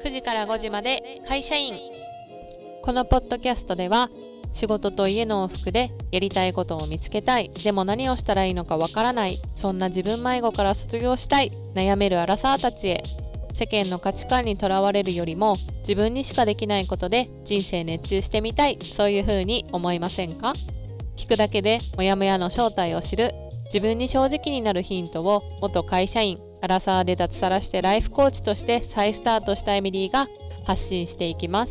9時から5時まで会社員。このポッドキャストでは、仕事と家の往復でやりたいことを見つけたい、でも何をしたらいいのかわからない、そんな自分迷子から卒業したい、悩めるアラサーたちへ、世間の価値観にとらわれるよりも自分にしかできないことで人生熱中してみたい、そういう風に思いませんか？聞くだけでモヤモヤの正体を知る、自分に正直になるヒントを元会社員、アラサーで脱サラしてライフコーチとして再スタートしたエミリーが発信していきます。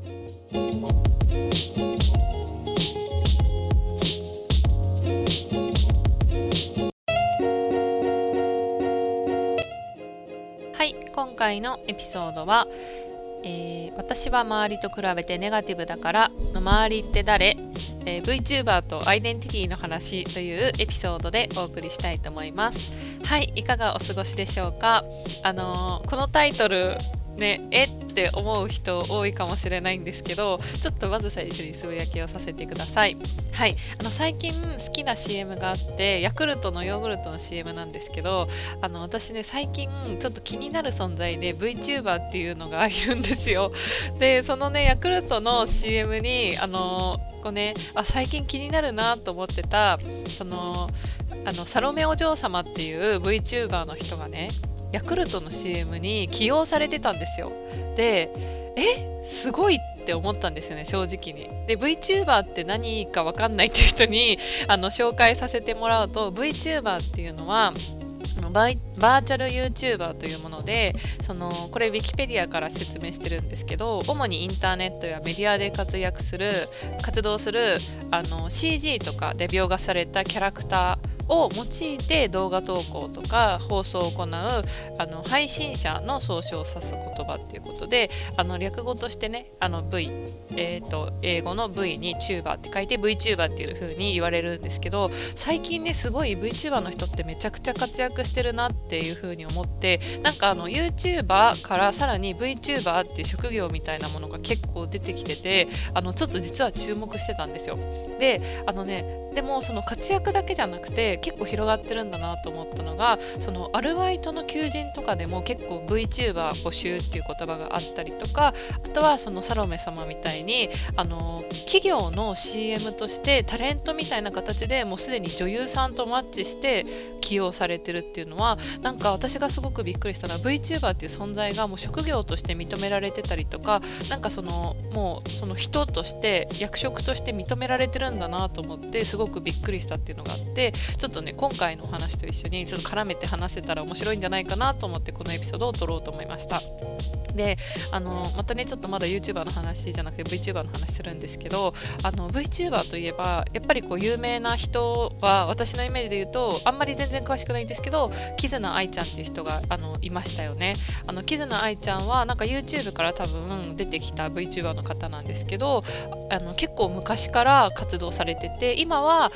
はい、今回のエピソードは、私は周りと比べてネガティブだからの周りって誰、VTuber とアイデンティティの話というエピソードでお送りしたいと思います。はい、いかがお過ごしでしょうか。このタイトルね、って思う人多いかもしれないんですけど、ちょっとまず最初につぶやきをさせてください。はい、最近好きな CM があって、ヤクルトのヨーグルトの CM なんですけど、私ね、最近ちょっと気になる存在で VTuber っていうのがいるんですよ。で、そのね、ヤクルトの CM に最近気になるなと思ってたサロメお嬢様っていう VTuber の人がね、ヤクルトの CM に起用されてたんですよ。ですごいって思ったんですよね、正直に。で VTuber って何か分かんないっていう人に紹介させてもらうと、 VTuber っていうのはバーチャル YouTuber というもので、これ Wikipedia から説明してるんですけど、主にインターネットやメディアで活動するCG とかで描画されたキャラクターを用いて動画投稿とか放送を行う配信者の総称を指す言葉っていうことで、略語としてね、英語の V にチューバーって書いて VTuber っていう風に言われるんですけど、最近ね、すごい VTuber の人ってめちゃくちゃ活躍してるなっていう風に思って、なんかYouTuber からさらに VTuber っていう職業みたいなものが結構出てきてて、ちょっと実は注目してたんですよ。ででもその活躍だけじゃなくて結構広がってるんだなと思ったのが、アルバイトの求人とかでも結構 VTuber 募集っていう言葉があったりとか、あとはサロメ様みたいに企業の CM としてタレントみたいな形でもうすでに女優さんとマッチして起用されてるっていうのは、なんか私がすごくびっくりしたのは VTuber っていう存在がもう職業として認められてたりとか、なんかもう人として役職として認められてるんだなと思って、すごくびっくりしたっていうのがあって、ちょっとね、今回のお話と一緒にちょっと絡めて話せたら面白いんじゃないかなと思って、このエピソードを撮ろうと思いました。でまたね、ちょっとまだ YouTuber の話じゃなくて VTuber の話するんですけど、VTuber といえばやっぱり有名な人は、私のイメージで言うとあんまり全然詳しくないんですけど、キズナアイちゃんっていう人がいましたよね。キズナアイちゃんはなんか YouTube から多分出てきた VTuber の方なんですけど、結構昔から活動されてて、今は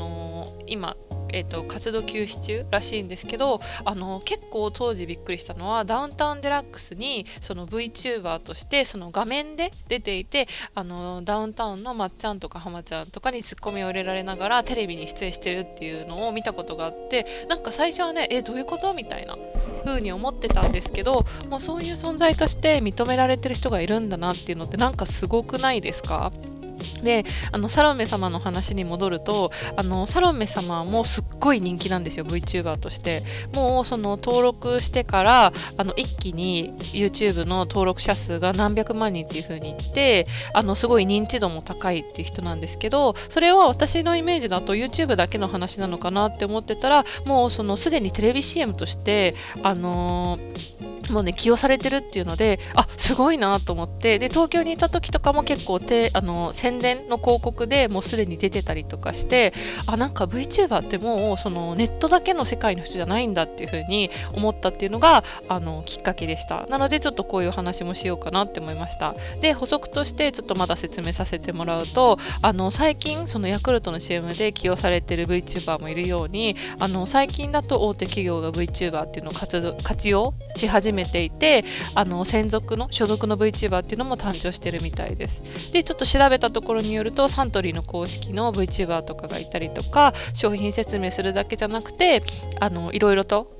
活動休止中らしいんですけど、結構当時びっくりしたのは、ダウンタウンデラックスにVTuber として画面で出ていて、ダウンタウンのまっちゃんとか浜ちゃんとかにツッコミを入れられながらテレビに出演してるっていうのを見たことがあって、なんか最初はね、どういうことみたいな風に思ってたんですけど、もうそういう存在として認められてる人がいるんだなっていうのって、なんかすごくないですか？でサロメ様の話に戻ると、サロメ様もすっごい人気なんですよ、 VTuber として。もう登録してから一気に YouTube の登録者数が何百万人っていう風に言って、すごい認知度も高いっていう人なんですけど、それは私のイメージだと YouTube だけの話なのかなって思ってたら、もうすでにテレビ CM としてもうね、起用されてるっていうので、すごいなと思って、で東京にいた時とかも結構宣伝の広告でもうすでに出てたりとかして、なんか VTuber ってもうネットだけの世界の人じゃないんだっていう風に思ったっていうのがきっかけでした。なのでちょっとこういう話もしようかなって思いました。で補足としてちょっとまだ説明させてもらうと、最近ヤクルトの CM で起用されてる VTuber もいるように、最近だと大手企業が VTuber っていうのを活用し始めていて、所属の VTuber っていうのも誕生してるみたいです。でちょっと調べたところによると、サントリーの公式の VTuber とかがいたりとか、商品説明するだけじゃなくていろいろと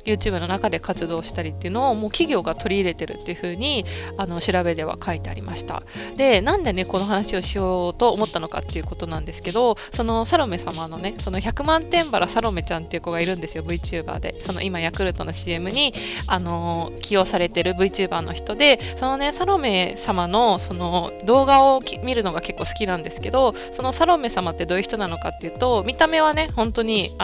YouTube の中で活動したりっていうのをもう企業が取り入れてるっていう風に調べでは書いてありました。で、なんでねこの話をしようと思ったのかっていうことなんですけど、そのサロメ様のね、その100万点バラサロメちゃんっていう子がいるんですよ、 VTuber で。その今ヤクルトの CM に起用されてる VTuber の人で、そのねサロメ様のその動画を見るのが結構好きなんですけど、そのサロメ様ってどういう人なのかっていうと、見た目はね本当に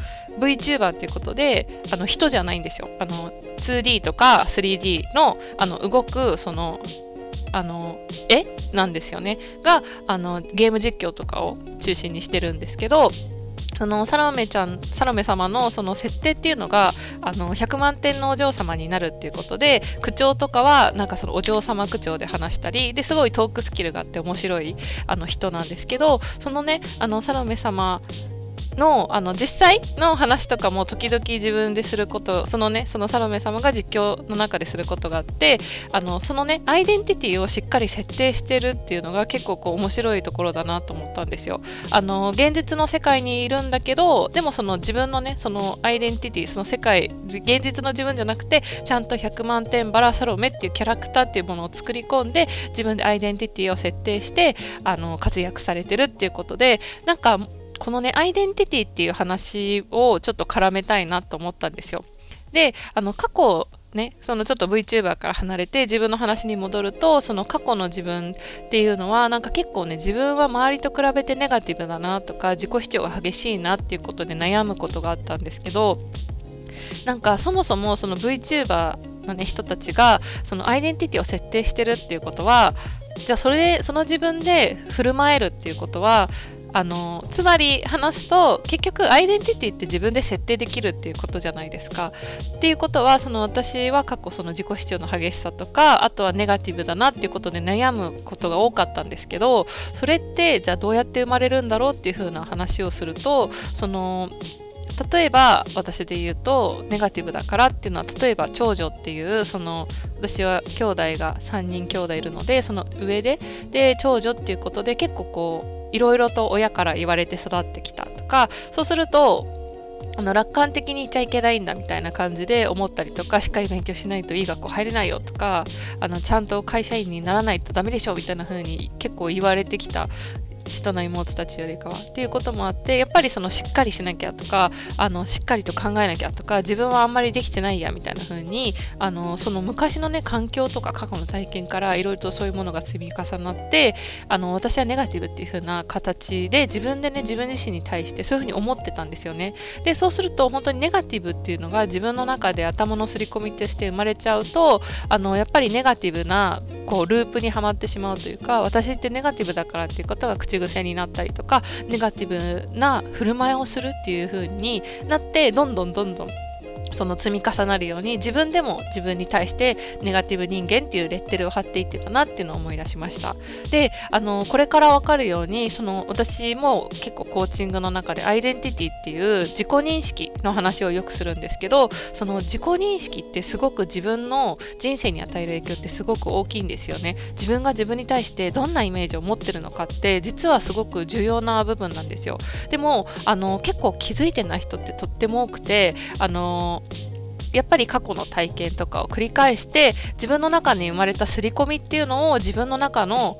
VTuber っていうことで人じゃないんですよ。2D とか 3D の動くその絵なんですよねがゲーム実況とかを中心にしてるんですけど、サロメ様のその設定っていうのが100万点のお嬢様になるっていうことで、口調とかはなんかそのお嬢様口調で話したりですごいトークスキルがあって面白い人なんですけど、そのねサロメ様の実際の話とかも時々自分ですること、そのサロメ様が実況の中ですることがあって、そのねアイデンティティをしっかり設定してるっていうのが結構面白いところだなと思ったんですよ。現実の世界にいるんだけど、でもその自分のねそのアイデンティティ、その世界現実の自分じゃなくてちゃんと100万点バラサロメっていうキャラクターっていうものを作り込んで自分でアイデンティティを設定して活躍されてるっていうことで、なんかこのねアイデンティティっていう話をちょっと絡めたいなと思ったんですよ。で過去ね、そのちょっと VTuber から離れて自分の話に戻ると、その過去の自分っていうのはなんか結構ね自分は周りと比べてネガティブだなとか自己主張が激しいなっていうことで悩むことがあったんですけど、なんかそもそもその VTuber の、ね、人たちがそのアイデンティティを設定してるっていうことは、じゃあその自分で振る舞えるっていうことはつまり話すと結局アイデンティティって自分で設定できるっていうことじゃないですか。っていうことは私は過去その自己主張の激しさとか、あとはネガティブだなっていうことで悩むことが多かったんですけど、それってじゃあどうやって生まれるんだろうっていう風な話をすると、例えば私で言うとネガティブだからっていうのは、例えば長女っていう私は兄弟が3人兄弟いるので、その上で長女っていうことで結構いろいろと親から言われて育ってきたとか、そうすると楽観的に言っちゃいけないんだみたいな感じで思ったりとか、しっかり勉強しないといい学校入れないよとかちゃんと会社員にならないとダメでしょみたいな風に結構言われてきた下の妹たちよりかはっていうこともあって、やっぱりしっかりしなきゃとかしっかりと考えなきゃとか、自分はあんまりできてないやみたいな風にその昔のね環境とか過去の体験からいろいろとそういうものが積み重なって私はネガティブっていう風な形で自分でね自分自身に対してそういう風に思ってたんですよね。でそうすると本当にネガティブっていうのが自分の中で頭の刷り込みとして生まれちゃうとやっぱりネガティブなループにはまってしまうというか、私ってネガティブだからっていうことが口癖になったりとか、ネガティブな振る舞いをするっていう風になって、どんどんその積み重なるように自分でも自分に対してネガティブ人間っていうレッテルを貼っていってたなっていうのを思い出しました。でこれから分かるように私も結構コーチングの中でアイデンティティっていう自己認識の話をよくするんですけど、その自己認識ってすごく自分の人生に与える影響ってすごく大きいんですよね。自分が自分に対してどんなイメージを持ってるのかって実はすごく重要な部分なんですよ。でも結構気づいてない人ってとっても多くてやっぱり過去の体験とかを繰り返して自分の中に生まれた刷り込みっていうのを自分の中の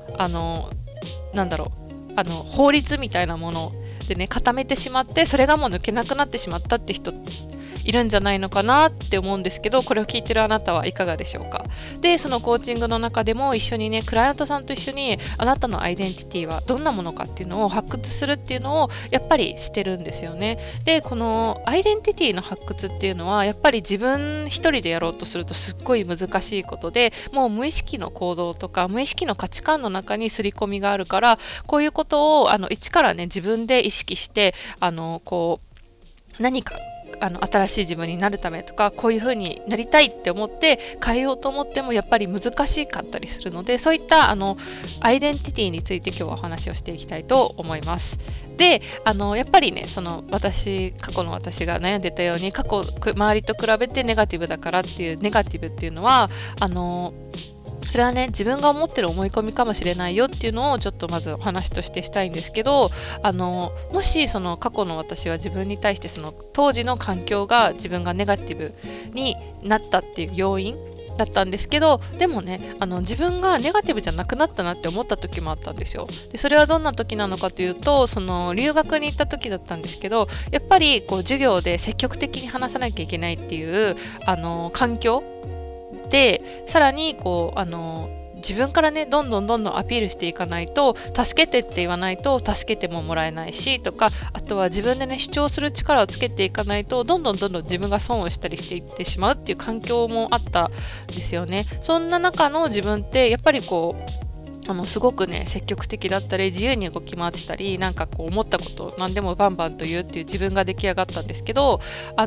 法律みたいなものでね固めてしまって、それがもう抜けなくなってしまったって人いるんじゃないのかなって思うんですけど、これを聞いてるあなたはいかがでしょうか。でそのコーチングの中でも一緒にねクライアントさんと一緒にあなたのアイデンティティはどんなものかっていうのを発掘するっていうのをやっぱりしてるんですよね。でこのアイデンティティの発掘っていうのはやっぱり自分一人でやろうとするとすっごい難しいことで、もう無意識の行動とか無意識の価値観の中に刷り込みがあるから、こういうことを一からね自分で意識して何か新しい自分になるためとか、こういう風になりたいって思って変えようと思ってもやっぱり難しかったりするので、そういったアイデンティティについて今日はお話をしていきたいと思います。でやっぱりね過去の私が悩んでたように周りと比べてネガティブだからっていうネガティブっていうのはそれはね、自分が思ってる思い込みかもしれないよっていうのをちょっとまずお話としてしたいんですけど、もしその過去の私は自分に対してその当時の環境が自分がネガティブになったっていう要因だったんですけど、でもね、自分がネガティブじゃなくなったなって思った時もあったんですよ。でそれはどんな時なのかというと、その留学に行った時だったんですけど、やっぱりこう授業で積極的に話さなきゃいけないっていう環境で、さらにこう自分からねどんどんアピールしていかないと、助けてって言わないと助けてももらえないしとか、あとは自分でね主張する力をつけていかないとどんどん自分が損をしたりしていってしまうっていう環境もあったんですよね。そんな中の自分ってやっぱりこうすごくね積極的だったり自由に動き回ってたり、なんかこう思ったことを何でもバンバンと言うっていう自分が出来上がったんですけど、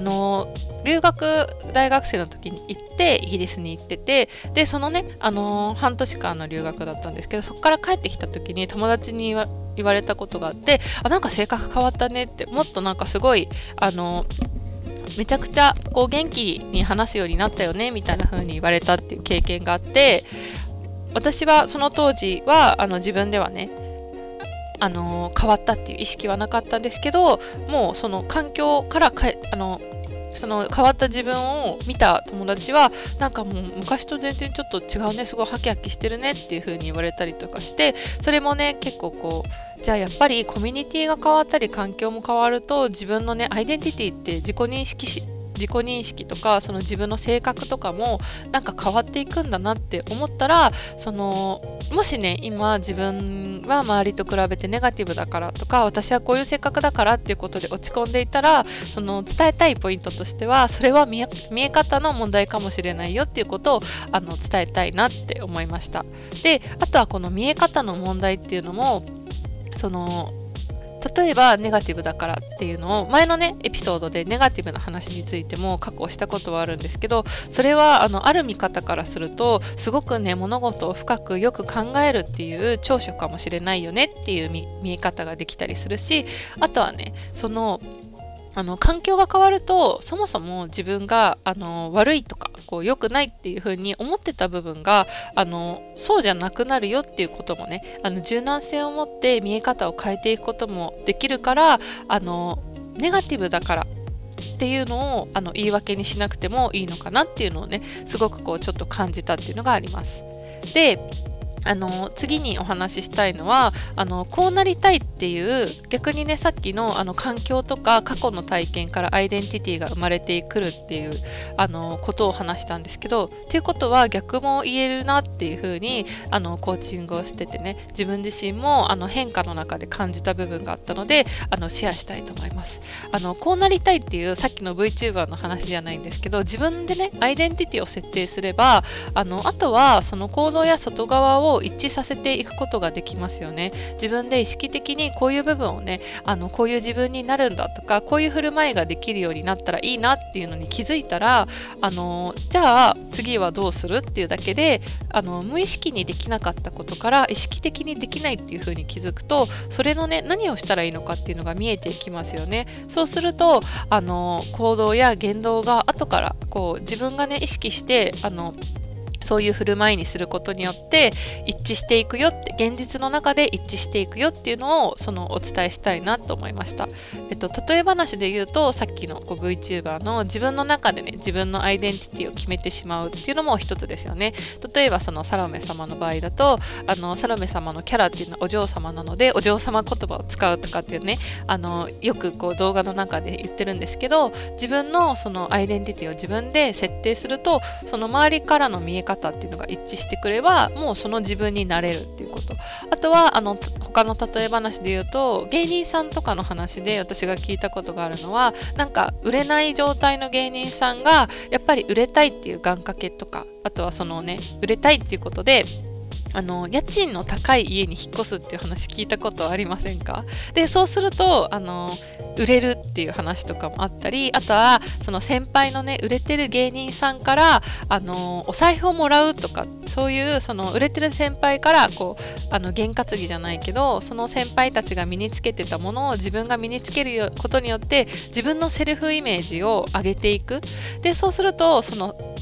大学生の時に行ってイギリスに行ってて、でそのね、半年間の留学だったんですけど、そこから帰ってきた時に友達に言われたことがあって、なんか性格変わったねって、もっとなんかすごいめちゃくちゃこう元気に話すようになったよねみたいな風に言われたっていう経験があって、私はその当時は自分ではね変わったっていう意識はなかったんですけど、もうその環境からその変わった自分を見た友達は、なんかもう昔と全然ちょっと違うね、すごいハキハキしてるねっていう風に言われたりとかして、それもね結構こう、じゃあやっぱりコミュニティが変わったり環境も変わると、自分のねアイデンティティって自己認識とか、その自分の性格とかもなんか変わっていくんだなって思ったら、もしね今自分は周りと比べてネガティブだからとか、私はこういう性格だからっていうことで落ち込んでいたら、その伝えたいポイントとしては、それは見え方の問題かもしれないよっていうことを伝えたいなって思いました。で、あとはこの見え方の問題っていうのも、例えばネガティブだからっていうのを前のねエピソードでネガティブな話についても過去したことはあるんですけど、それはある見方からするとすごくね物事を深くよく考えるっていう長所かもしれないよねっていう見え方ができたりするし、あとはね環境が変わると、そもそも自分が悪いとかこう良くないっていう風に思ってた部分がそうじゃなくなるよっていうこともね、柔軟性を持って見え方を変えていくこともできるから、ネガティブだからっていうのを言い訳にしなくてもいいのかなっていうのをね、すごくこうちょっと感じたっていうのがあります。で、次にお話ししたいのはこうなりたいっていう、逆にねさっきの環境とか過去の体験からアイデンティティが生まれてくるっていうことを話したんですけど、っていうことは逆も言えるなっていう風にコーチングをしててね、自分自身も変化の中で感じた部分があったのでシェアしたいと思います。こうなりたいっていうさっきの VTuber の話じゃないんですけど、自分でねアイデンティティを設定すればあとはその行動や外側を一致させていくことができますよね。自分で意識的にこういう部分をねこういう自分になるんだとか、こういう振る舞いができるようになったらいいなっていうのに気づいたらじゃあ次はどうするっていうだけで無意識にできなかったことから意識的にできないっていう風に気づくと、それのね何をしたらいいのかっていうのが見えてきますよね。そうすると行動や言動が後からこう自分がね意識してそういう振る舞いにすることによって一致していくよって、現実の中で一致していくよっていうのをお伝えしたいなと思いました。例え話で言うと、さっきのVTuber の自分の中でね自分のアイデンティティを決めてしまうっていうのも一つですよね。例えばサロメ様の場合だとサロメ様のキャラっていうのはお嬢様なので、お嬢様言葉を使うとかっていうねよくこう動画の中で言ってるんですけど、自分のそのアイデンティティを自分で設定すると、その周りからの見え方っていうのが一致してくれば、もうその自分になれるっていうこと。あとは他の例え話で言うと、芸人さんとかの話で私が聞いたことがあるのは、なんか売れない状態の芸人さんがやっぱり売れたいっていう願掛けとか、あとは売れたいっていうことで家賃の高い家に引っ越すっていう話聞いたことありませんか？でそうすると売れるっていう話とかもあったり、あとはその先輩のね売れてる芸人さんからお財布をもらうとか、そういう売れてる先輩からこう験担ぎじゃないけど、その先輩たちが身につけてたものを自分が身につけることによって自分のセルフイメージを上げていく。でそうするとそ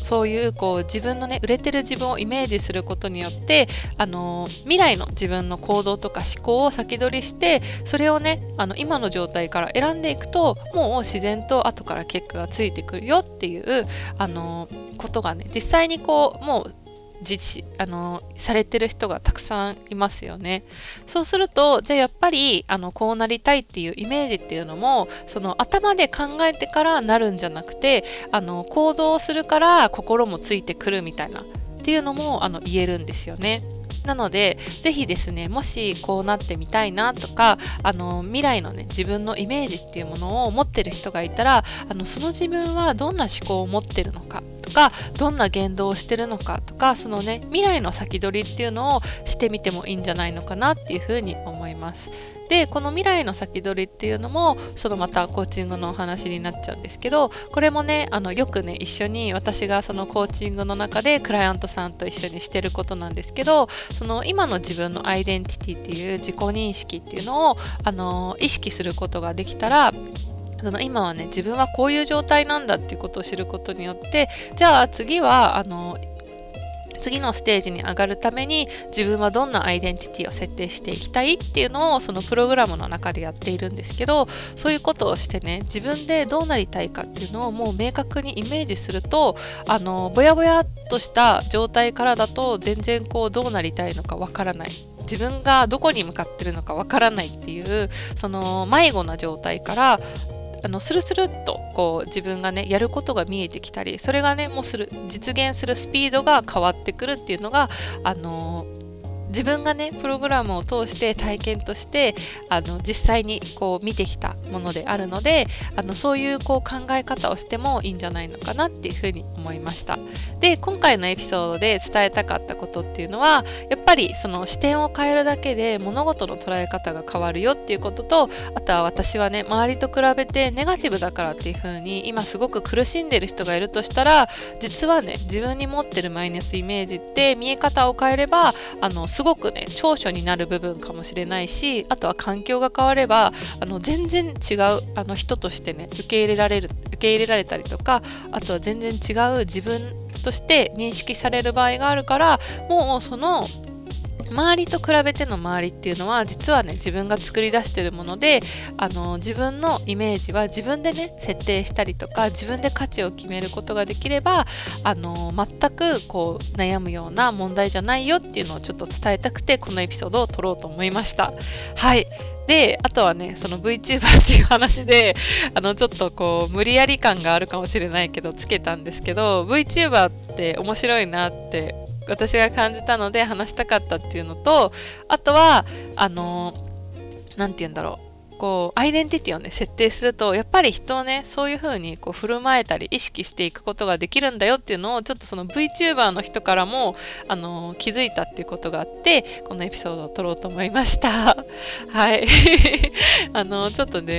そういう自分のね売れてる自分をイメージすることによって未来の自分の行動とか思考を先取りして、それをね今の状態から選んでいくと、もう自然と後から結果がついてくるよっていうことがね、実際にもうされてる人がたくさんいますよね。そうすると、じゃあやっぱりこうなりたいっていうイメージっていうのも、その頭で考えてからなるんじゃなくて、行動するから心もついてくるみたいなっていうのも言えるんですよね。なのでぜひですね、もしこうなってみたいなとか未来のね自分のイメージっていうものを持ってる人がいたら、その自分はどんな思考を持ってるのかとか、どんな言動をしてるのかとか、そのね未来の先取りっていうのをしてみてもいいんじゃないのかなっていうふうに思います。でこの未来の先取りっていうのもまたコーチングのお話になっちゃうんですけど、これもねよくね一緒に私がそのコーチングの中でクライアントさんと一緒にしてることなんですけど、その今の自分のアイデンティティっていう自己認識っていうのを意識することができたら、今はね自分はこういう状態なんだっていうことを知ることによって、じゃあ次は次のステージに上がるために自分はどんなアイデンティティを設定していきたいっていうのをそのプログラムの中でやっているんですけど、そういうことをしてね、自分でどうなりたいかっていうのをもう明確にイメージすると、ぼやぼやっとした状態からだと全然どうなりたいのかわからない、自分がどこに向かってるのかわからないっていうその迷子な状態からスルスルっと自分がねやることが見えてきたり、それがねもう実現するスピードが変わってくるっていうのが自分がねプログラムを通して体験として実際に見てきたものであるので、そういう考え方をしてもいいんじゃないのかなっていうふうに思いました。で今回のエピソードで伝えたかったことっていうのは、やっぱりその視点を変えるだけで物事の捉え方が変わるよっていうことと、あとは私はね周りと比べてネガティブだからっていうふうに今すごく苦しんでる人がいるとしたら、実はね自分に持ってるマイナスイメージって見え方を変えればすごくね長所になる部分かもしれないし、あとは環境が変われば全然違う人としてね受け入れられたりとか、あとは全然違う自分として認識される場合があるから、もうその周りと比べての周りっていうのは実はね自分が作り出してるもので、自分のイメージは自分でね設定したりとか、自分で価値を決めることができれば全く悩むような問題じゃないよっていうのをちょっと伝えたくて、このエピソードを撮ろうと思いました。はい。であとはねその VTuber っていう話でちょっと無理やり感があるかもしれないけどつけたんですけど、 VTuber って面白いなって私が感じたので話したかったっていうのと、あとはなんて言うんだろう、アイデンティティをね設定するとやっぱり人をねそういう風に振る舞えたり意識していくことができるんだよっていうのをちょっとその VTuber の人からも気づいたっていうことがあって、このエピソードを撮ろうと思いましたはいちょっとね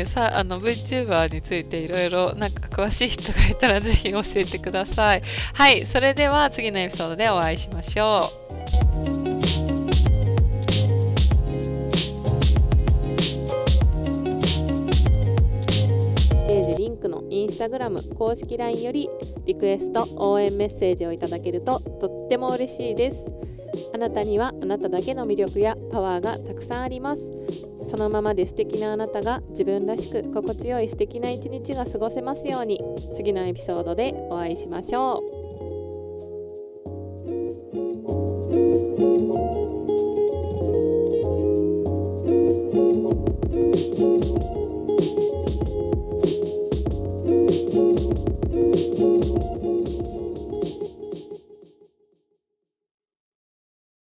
VTuber についていろいろ詳しい人がいたらぜひ教えてください。はい、それでは次のエピソードでお会いしましょう。リンクのインスタグラム公式 LINE よりリクエスト応援メッセージをいただけるととっても嬉しいです。あなたにはあなただけの魅力やパワーがたくさんあります。そのままで素敵なあなたが自分らしく心地よい素敵な一日が過ごせますように。次のエピソードでお会いしましょう。